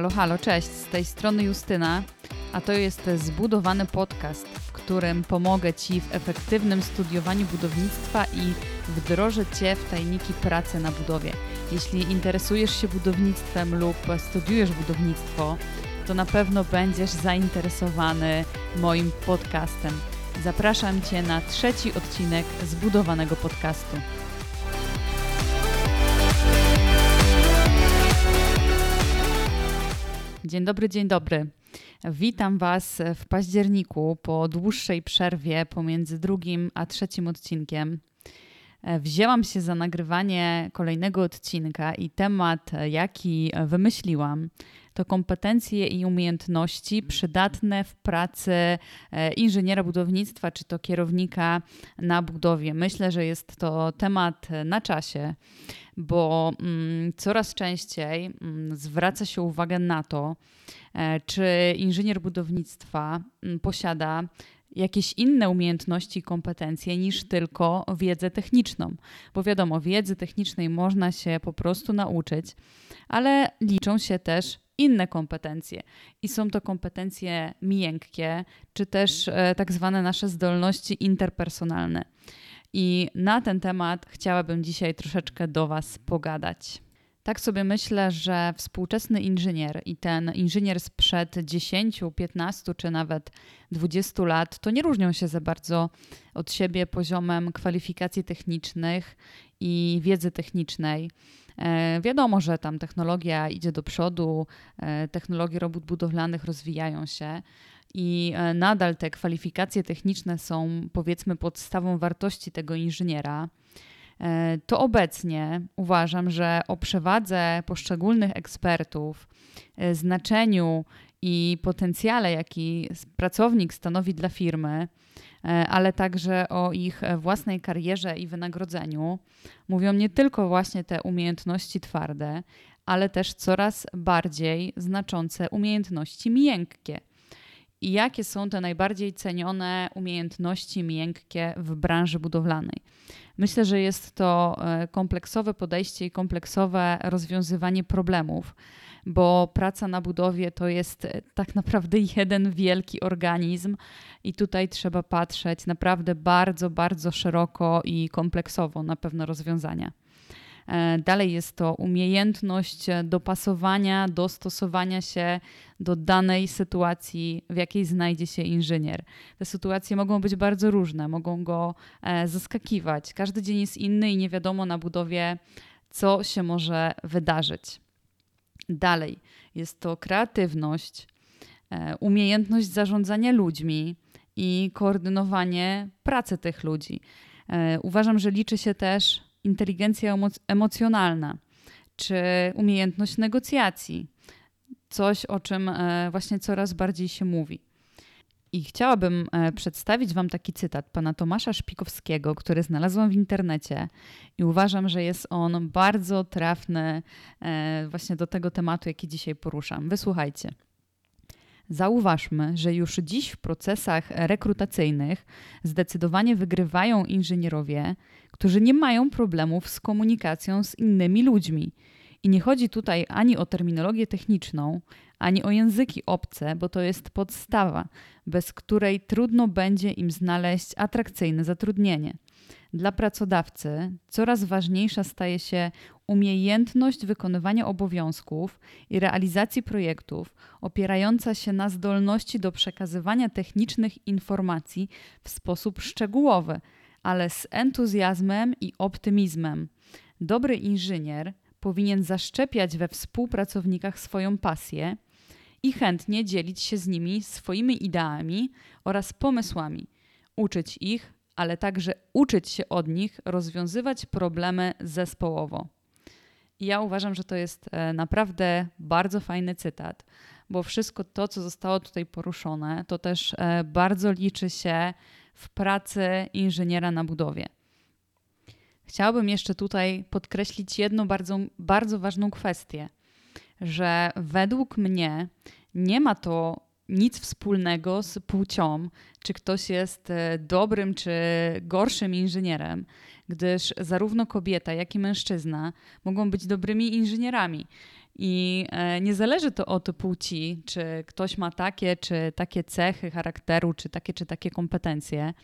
Halo, halo, cześć, z tej strony Justyna, a to jest Zbudowany Podcast, w którym pomogę Ci w efektywnym studiowaniu budownictwa i wdrożę Cię w tajniki pracy na budowie. Jeśli interesujesz się budownictwem lub studiujesz budownictwo, to na pewno będziesz zainteresowany moim podcastem. Zapraszam Cię na 3. odcinek Zbudowanego Podcastu. Dzień dobry, dzień dobry. Witam Was w październiku po dłuższej przerwie pomiędzy 2. a 3. odcinkiem. Wzięłam się za nagrywanie kolejnego odcinka i temat, jaki wymyśliłam, to kompetencje i umiejętności przydatne w pracy inżyniera budownictwa czy to kierownika na budowie. Myślę, że jest to temat na czasie, bo coraz częściej zwraca się uwagę na to, czy inżynier budownictwa posiada jakieś inne umiejętności i kompetencje niż tylko wiedzę techniczną. Bo wiadomo, wiedzy technicznej można się po prostu nauczyć, ale liczą się też inne kompetencje. I są to kompetencje miękkie, czy też tak zwane nasze zdolności interpersonalne. I na ten temat chciałabym dzisiaj troszeczkę do Was pogadać. Tak sobie myślę, że współczesny inżynier i ten inżynier sprzed 10, 15 czy nawet 20 lat to nie różnią się za bardzo od siebie poziomem kwalifikacji technicznych i wiedzy technicznej. Wiadomo, że tam technologia idzie do przodu, technologie robót budowlanych rozwijają się i nadal te kwalifikacje techniczne są, powiedzmy, podstawą wartości tego inżyniera. To obecnie uważam, że o przewadze poszczególnych ekspertów, znaczeniu i potencjale, jaki pracownik stanowi dla firmy, ale także o ich własnej karierze i wynagrodzeniu, mówią nie tylko właśnie te umiejętności twarde, ale też coraz bardziej znaczące umiejętności miękkie. I jakie są te najbardziej cenione umiejętności miękkie w branży budowlanej? Myślę, że jest to kompleksowe podejście i kompleksowe rozwiązywanie problemów, bo praca na budowie to jest tak naprawdę jeden wielki organizm i tutaj trzeba patrzeć naprawdę bardzo, bardzo szeroko i kompleksowo na pewne rozwiązania. Dalej jest to umiejętność dopasowania, dostosowania się do danej sytuacji, w jakiej znajdzie się inżynier. Te sytuacje mogą być bardzo różne, mogą go zaskakiwać. Każdy dzień jest inny i nie wiadomo na budowie, co się może wydarzyć. Dalej jest to kreatywność, umiejętność zarządzania ludźmi i koordynowanie pracy tych ludzi. Uważam, że liczy się też inteligencja emocjonalna, czy umiejętność negocjacji. Coś, o czym właśnie coraz bardziej się mówi. I chciałabym przedstawić Wam taki cytat pana Tomasza Szpikowskiego, który znalazłam w internecie i uważam, że jest on bardzo trafny właśnie do tego tematu, jaki dzisiaj poruszam. Wysłuchajcie. Zauważmy, że już dziś w procesach rekrutacyjnych zdecydowanie wygrywają inżynierowie, którzy nie mają problemów z komunikacją z innymi ludźmi. I nie chodzi tutaj ani o terminologię techniczną, ani o języki obce, bo to jest podstawa, bez której trudno będzie im znaleźć atrakcyjne zatrudnienie. Dla pracodawcy coraz ważniejsza staje się umiejętność wykonywania obowiązków i realizacji projektów opierająca się na zdolności do przekazywania technicznych informacji w sposób szczegółowy, ale z entuzjazmem i optymizmem. Dobry inżynier powinien zaszczepiać we współpracownikach swoją pasję i chętnie dzielić się z nimi swoimi ideami oraz pomysłami, uczyć ich, ale także uczyć się od nich rozwiązywać problemy zespołowo. I ja uważam, że to jest naprawdę bardzo fajny cytat, bo wszystko to, co zostało tutaj poruszone, to też bardzo liczy się w pracy inżyniera na budowie. Chciałabym jeszcze tutaj podkreślić jedną bardzo, bardzo ważną kwestię, że według mnie nie ma to nic wspólnego z płcią, czy ktoś jest dobrym czy gorszym inżynierem, gdyż zarówno kobieta, jak i mężczyzna mogą być dobrymi inżynierami. I nie zależy to od płci, czy ktoś ma takie czy takie cechy charakteru, czy takie kompetencje.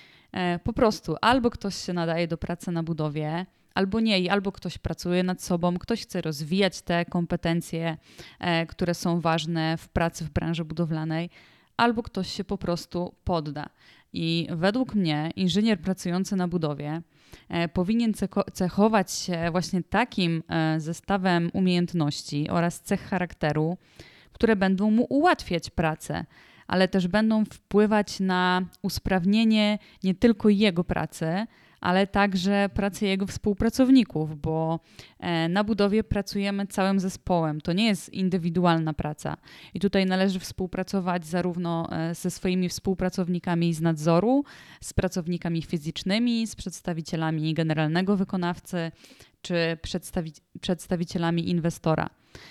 Po prostu albo ktoś się nadaje do pracy na budowie, albo nie, i albo ktoś pracuje nad sobą, ktoś chce rozwijać te kompetencje, które są ważne w pracy w branży budowlanej, albo ktoś się po prostu podda. I według mnie inżynier pracujący na budowie powinien cechować się właśnie takim zestawem umiejętności oraz cech charakteru, które będą mu ułatwiać pracę, ale też będą wpływać na usprawnienie nie tylko jego pracy, ale także pracy jego współpracowników, bo na budowie pracujemy całym zespołem. To nie jest indywidualna praca. I tutaj należy współpracować zarówno ze swoimi współpracownikami z nadzoru, z pracownikami fizycznymi, z przedstawicielami generalnego wykonawcy, czy przedstawicielami inwestora.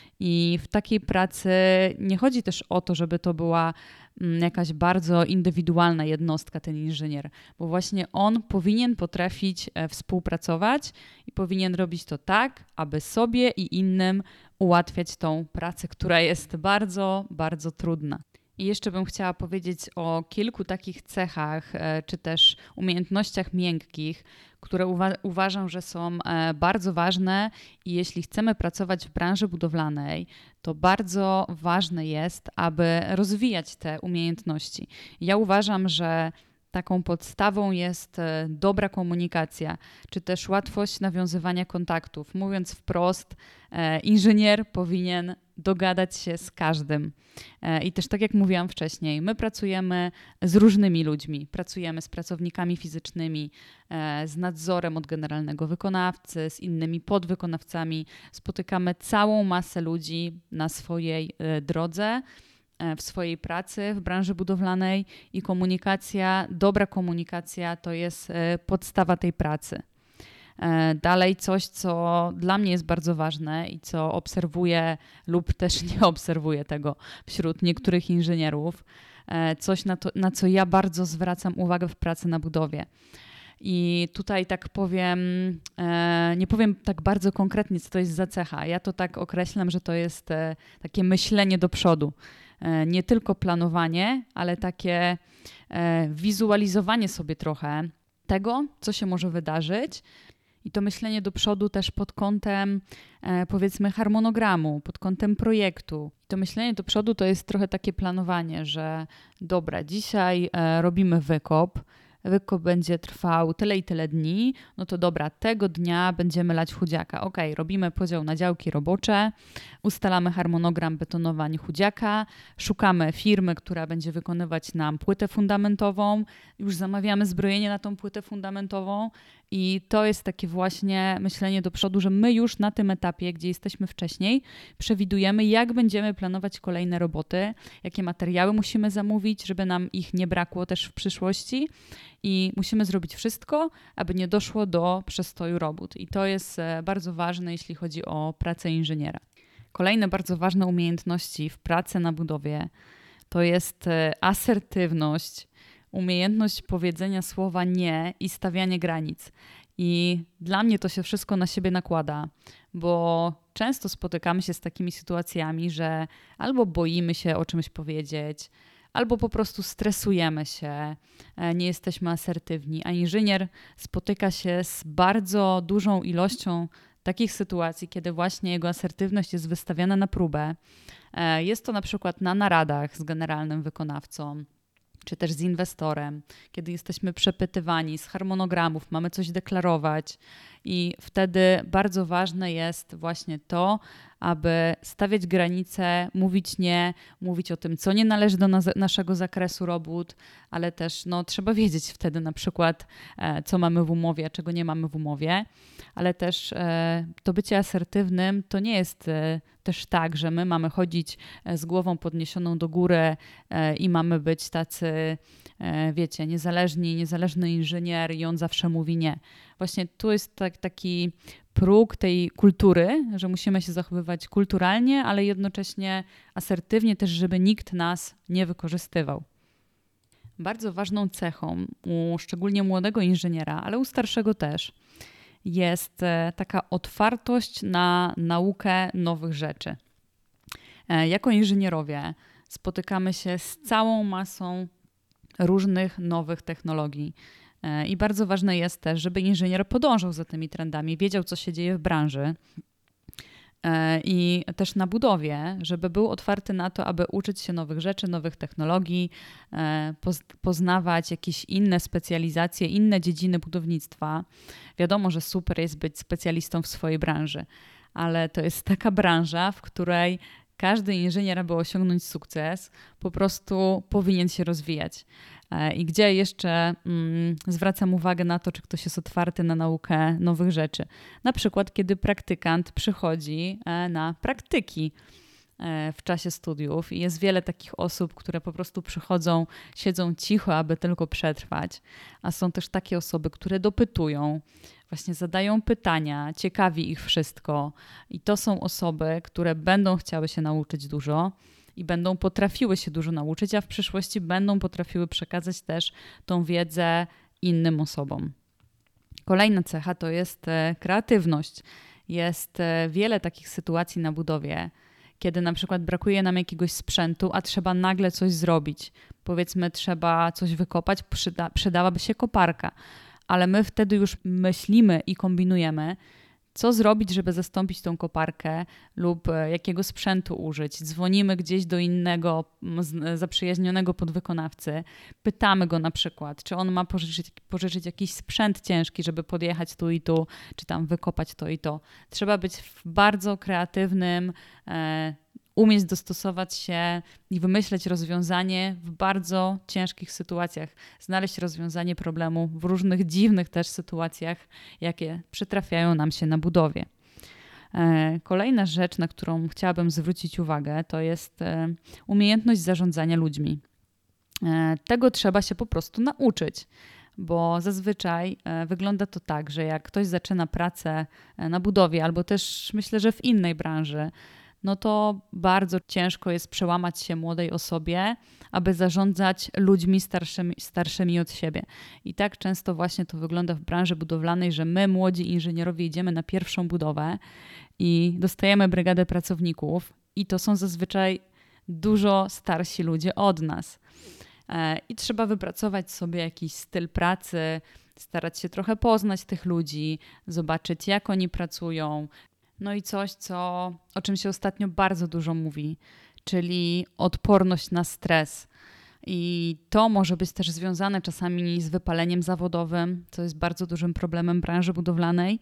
I w takiej pracy nie chodzi też o to, żeby to była jakaś bardzo indywidualna jednostka, ten inżynier, bo właśnie on powinien potrafić współpracować i powinien robić to tak, aby sobie i innym ułatwiać tą pracę, która jest bardzo, bardzo trudna. I jeszcze bym chciała powiedzieć o kilku takich cechach, czy też umiejętnościach miękkich, które uważam, że są bardzo ważne i jeśli chcemy pracować w branży budowlanej, to bardzo ważne jest, aby rozwijać te umiejętności. Ja uważam, że taką podstawą jest dobra komunikacja, czy też łatwość nawiązywania kontaktów. Mówiąc wprost, inżynier powinien dogadać się z każdym. I też tak jak mówiłam wcześniej, my pracujemy z różnymi ludźmi. Pracujemy z pracownikami fizycznymi, z nadzorem od generalnego wykonawcy, z innymi podwykonawcami. Spotykamy całą masę ludzi na swojej drodze, w swojej pracy w branży budowlanej i dobra komunikacja to jest podstawa tej pracy. Dalej coś, co dla mnie jest bardzo ważne i co obserwuję lub też nie obserwuję tego wśród niektórych inżynierów, coś na co ja bardzo zwracam uwagę w pracy na budowie. I tutaj tak powiem, nie powiem tak bardzo konkretnie, co to jest za cecha. Ja to tak określam, że to jest takie myślenie do przodu. Nie tylko planowanie, ale takie wizualizowanie sobie trochę tego, co się może wydarzyć. I to myślenie do przodu też pod kątem, powiedzmy, harmonogramu, pod kątem projektu. To myślenie do przodu to jest trochę takie planowanie, że dobra, dzisiaj robimy wykop będzie trwał tyle i tyle dni, no to dobra, tego dnia będziemy lać chudziaka. Okej, robimy podział na działki robocze, ustalamy harmonogram betonowań chudziaka, szukamy firmy, która będzie wykonywać nam płytę fundamentową, już zamawiamy zbrojenie na tą płytę fundamentową i to jest takie właśnie myślenie do przodu, że my już na tym etapie, gdzie jesteśmy wcześniej, przewidujemy, jak będziemy planować kolejne roboty, jakie materiały musimy zamówić, żeby nam ich nie brakło też w przyszłości. I musimy zrobić wszystko, aby nie doszło do przestoju robót. I to jest bardzo ważne, jeśli chodzi o pracę inżyniera. Kolejne bardzo ważne umiejętności w pracy na budowie to jest asertywność, umiejętność powiedzenia słowa nie i stawianie granic. I dla mnie to się wszystko na siebie nakłada, bo często spotykamy się z takimi sytuacjami, że albo boimy się o czymś powiedzieć, albo po prostu stresujemy się, nie jesteśmy asertywni, a inżynier spotyka się z bardzo dużą ilością takich sytuacji, kiedy właśnie jego asertywność jest wystawiana na próbę. Jest to na przykład na naradach z generalnym wykonawcą, czy też z inwestorem, kiedy jesteśmy przepytywani z harmonogramów, mamy coś deklarować i wtedy bardzo ważne jest właśnie to, aby stawiać granice, mówić nie, mówić o tym, co nie należy do naszego zakresu robót, ale też trzeba wiedzieć wtedy na przykład, co mamy w umowie, a czego nie mamy w umowie, ale też to bycie asertywnym to nie jest też tak, że my mamy chodzić z głową podniesioną do góry i mamy być tacy, wiecie, niezależny inżynier i on zawsze mówi nie. Właśnie tu jest taki próg tej kultury, że musimy się zachowywać kulturalnie, ale jednocześnie asertywnie też, żeby nikt nas nie wykorzystywał. Bardzo ważną cechą u szczególnie młodego inżyniera, ale u starszego też, jest taka otwartość na naukę nowych rzeczy. Jako inżynierowie spotykamy się z całą masą różnych nowych technologii. I bardzo ważne jest też, żeby inżynier podążał za tymi trendami, wiedział, co się dzieje w branży i też na budowie, żeby był otwarty na to, aby uczyć się nowych rzeczy, nowych technologii, poznawać jakieś inne specjalizacje, inne dziedziny budownictwa. Wiadomo, że super jest być specjalistą w swojej branży, ale to jest taka branża, w której każdy inżynier, aby osiągnąć sukces, po prostu powinien się rozwijać. I gdzie jeszcze zwracam uwagę na to, czy ktoś jest otwarty na naukę nowych rzeczy. Na przykład, kiedy praktykant przychodzi na praktyki w czasie studiów i jest wiele takich osób, które po prostu przychodzą, siedzą cicho, aby tylko przetrwać, a są też takie osoby, które dopytują, właśnie zadają pytania, ciekawi ich wszystko i to są osoby, które będą chciały się nauczyć dużo i będą potrafiły się dużo nauczyć, a w przyszłości będą potrafiły przekazać też tą wiedzę innym osobom. Kolejna cecha to jest kreatywność. Jest wiele takich sytuacji na budowie, kiedy na przykład brakuje nam jakiegoś sprzętu, a trzeba nagle coś zrobić. Powiedzmy, trzeba coś wykopać, przydałaby się koparka, ale my wtedy już myślimy i kombinujemy, co zrobić, żeby zastąpić tą koparkę lub jakiego sprzętu użyć. Dzwonimy gdzieś do innego zaprzyjaźnionego podwykonawcy, pytamy go na przykład, czy on ma pożyczyć jakiś sprzęt ciężki, żeby podjechać tu i tu, czy tam wykopać to i to. Trzeba być bardzo kreatywnym, umieć dostosować się i wymyśleć rozwiązanie w bardzo ciężkich sytuacjach. Znaleźć rozwiązanie problemu w różnych dziwnych też sytuacjach, jakie przytrafiają nam się na budowie. Kolejna rzecz, na którą chciałabym zwrócić uwagę, to jest umiejętność zarządzania ludźmi. Tego trzeba się po prostu nauczyć, bo zazwyczaj wygląda to tak, że jak ktoś zaczyna pracę na budowie albo też myślę, że w innej branży, no to bardzo ciężko jest przełamać się młodej osobie, aby zarządzać ludźmi starszymi od siebie. I tak często właśnie to wygląda w branży budowlanej, że my, młodzi inżynierowie, idziemy na pierwszą budowę i dostajemy brygadę pracowników i to są zazwyczaj dużo starsi ludzie od nas. I trzeba wypracować sobie jakiś styl pracy, starać się trochę poznać tych ludzi, zobaczyć, jak oni pracują. No i coś, o czym się ostatnio bardzo dużo mówi, czyli odporność na stres. I to może być też związane czasami z wypaleniem zawodowym, co jest bardzo dużym problemem branży budowlanej.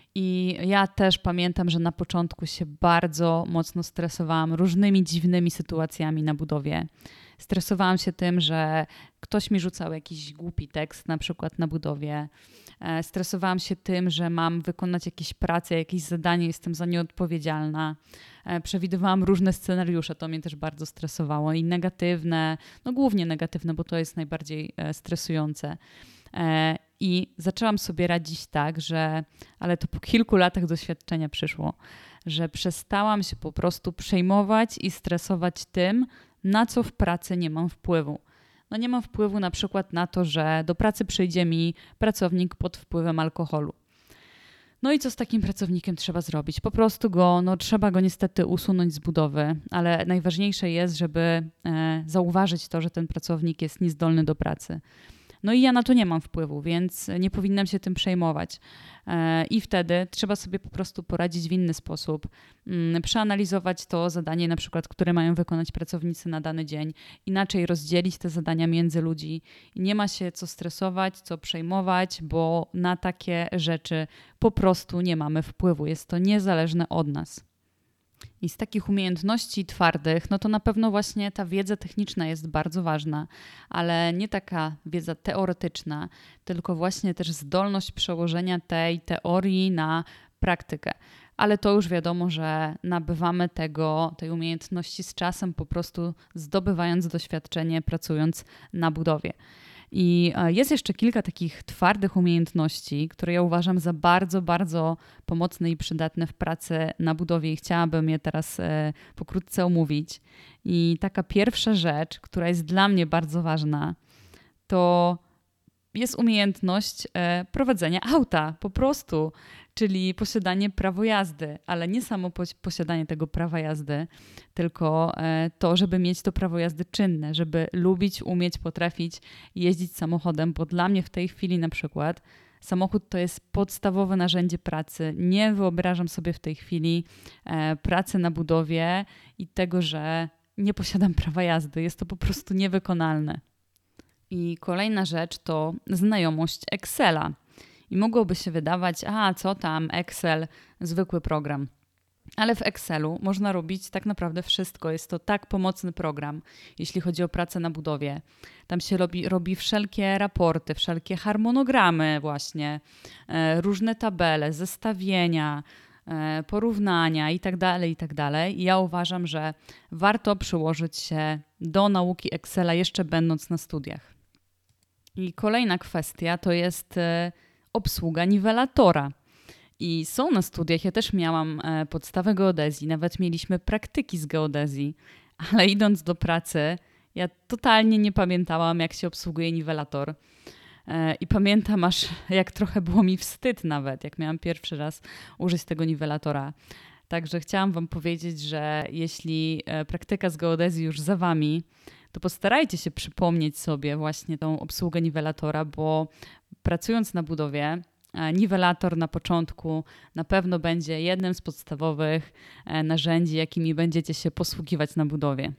I ja też pamiętam, że na początku się bardzo mocno stresowałam różnymi dziwnymi sytuacjami na budowie. Stresowałam się tym, że ktoś mi rzucał jakiś głupi tekst, na przykład na budowie. Stresowałam się tym, że mam wykonać jakieś pracę, jakieś zadanie, jestem za nie odpowiedzialna. Przewidywałam różne scenariusze, to mnie też bardzo stresowało i negatywne, no głównie negatywne, bo to jest najbardziej stresujące. I zaczęłam sobie radzić tak, ale to po kilku latach doświadczenia przyszło, że przestałam się po prostu przejmować i stresować tym, na co w pracy nie mam wpływu. No nie mam wpływu na przykład na to, że do pracy przyjdzie mi pracownik pod wpływem alkoholu. No i co z takim pracownikiem trzeba zrobić? Po prostu trzeba go niestety usunąć z budowy, ale najważniejsze jest, żeby zauważyć to, że ten pracownik jest niezdolny do pracy. No i ja na to nie mam wpływu, więc nie powinnam się tym przejmować. I wtedy trzeba sobie po prostu poradzić w inny sposób. Przeanalizować to zadanie, na przykład, które mają wykonać pracownicy na dany dzień. Inaczej rozdzielić te zadania między ludzi. I nie ma się co stresować, co przejmować, bo na takie rzeczy po prostu nie mamy wpływu. Jest to niezależne od nas. I z takich umiejętności twardych, no to na pewno właśnie ta wiedza techniczna jest bardzo ważna, ale nie taka wiedza teoretyczna, tylko właśnie też zdolność przełożenia tej teorii na praktykę. Ale to już wiadomo, że nabywamy tej umiejętności z czasem, po prostu zdobywając doświadczenie, pracując na budowie. I jest jeszcze kilka takich twardych umiejętności, które ja uważam za bardzo, bardzo pomocne i przydatne w pracy na budowie i chciałabym je teraz pokrótce omówić. I taka pierwsza rzecz, która jest dla mnie bardzo ważna, to jest umiejętność prowadzenia auta po prostu, czyli posiadanie prawa jazdy, ale nie samo posiadanie tego prawa jazdy, tylko to, żeby mieć to prawo jazdy czynne, żeby lubić, umieć, potrafić jeździć samochodem, bo dla mnie w tej chwili na przykład samochód to jest podstawowe narzędzie pracy. Nie wyobrażam sobie w tej chwili pracy na budowie i tego, że nie posiadam prawa jazdy. Jest to po prostu niewykonalne. I kolejna rzecz to znajomość Excela. I mogłoby się wydawać, co tam, Excel, zwykły program. Ale w Excelu można robić tak naprawdę wszystko. Jest to tak pomocny program, jeśli chodzi o pracę na budowie. Tam się robi wszelkie raporty, wszelkie harmonogramy właśnie, różne tabele, zestawienia, porównania itd., itd. I ja uważam, że warto przyłożyć się do nauki Excela jeszcze będąc na studiach. I kolejna kwestia to jest obsługa niwelatora. I są na studiach, ja też miałam podstawę geodezji, nawet mieliśmy praktyki z geodezji, ale idąc do pracy, ja totalnie nie pamiętałam, jak się obsługuje niwelator. I pamiętam aż, jak trochę było mi wstyd nawet, jak miałam pierwszy raz użyć tego niwelatora. Także chciałam wam powiedzieć, że jeśli praktyka z geodezji już za wami, to postarajcie się przypomnieć sobie właśnie tą obsługę niwelatora, bo pracując na budowie, niwelator na początku na pewno będzie jednym z podstawowych narzędzi, jakimi będziecie się posługiwać na budowie.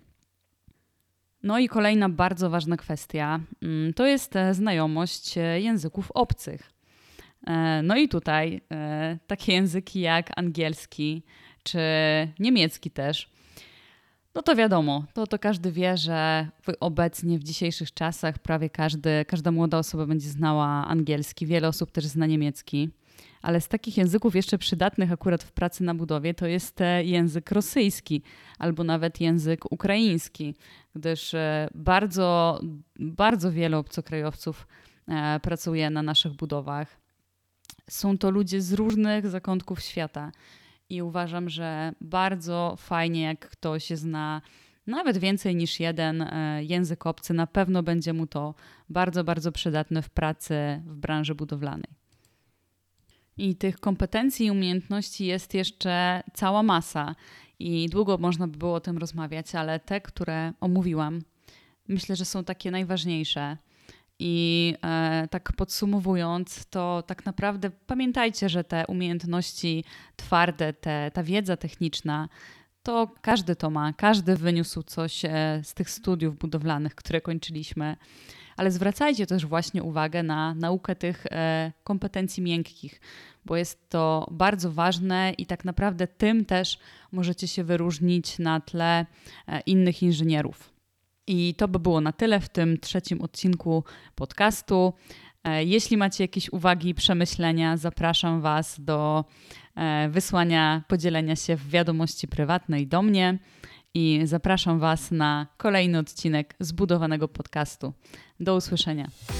No i kolejna bardzo ważna kwestia to jest znajomość języków obcych. No i tutaj takie języki jak angielski czy niemiecki też. No to wiadomo, to każdy wie, że obecnie w dzisiejszych czasach prawie każda młoda osoba będzie znała angielski, wiele osób też zna niemiecki, ale z takich języków jeszcze przydatnych akurat w pracy na budowie to jest język rosyjski albo nawet język ukraiński, gdyż bardzo, bardzo wielu obcokrajowców pracuje na naszych budowach. Są to ludzie z różnych zakątków świata. I uważam, że bardzo fajnie, jak ktoś zna nawet więcej niż jeden język obcy, na pewno będzie mu to bardzo, bardzo przydatne w pracy w branży budowlanej. I tych kompetencji i umiejętności jest jeszcze cała masa i długo można by było o tym rozmawiać, ale te, które omówiłam, myślę, że są takie najważniejsze. I tak podsumowując, to tak naprawdę pamiętajcie, że te umiejętności twarde, ta wiedza techniczna, to każdy to ma, każdy wyniósł coś z tych studiów budowlanych, które kończyliśmy, ale zwracajcie też właśnie uwagę na naukę tych kompetencji miękkich, bo jest to bardzo ważne i tak naprawdę tym też możecie się wyróżnić na tle innych inżynierów. I to by było na tyle w tym 3. odcinku podcastu. Jeśli macie jakieś uwagi i przemyślenia, zapraszam Was do wysłania, podzielenia się w wiadomości prywatnej do mnie i zapraszam Was na kolejny odcinek zbudowanego podcastu. Do usłyszenia.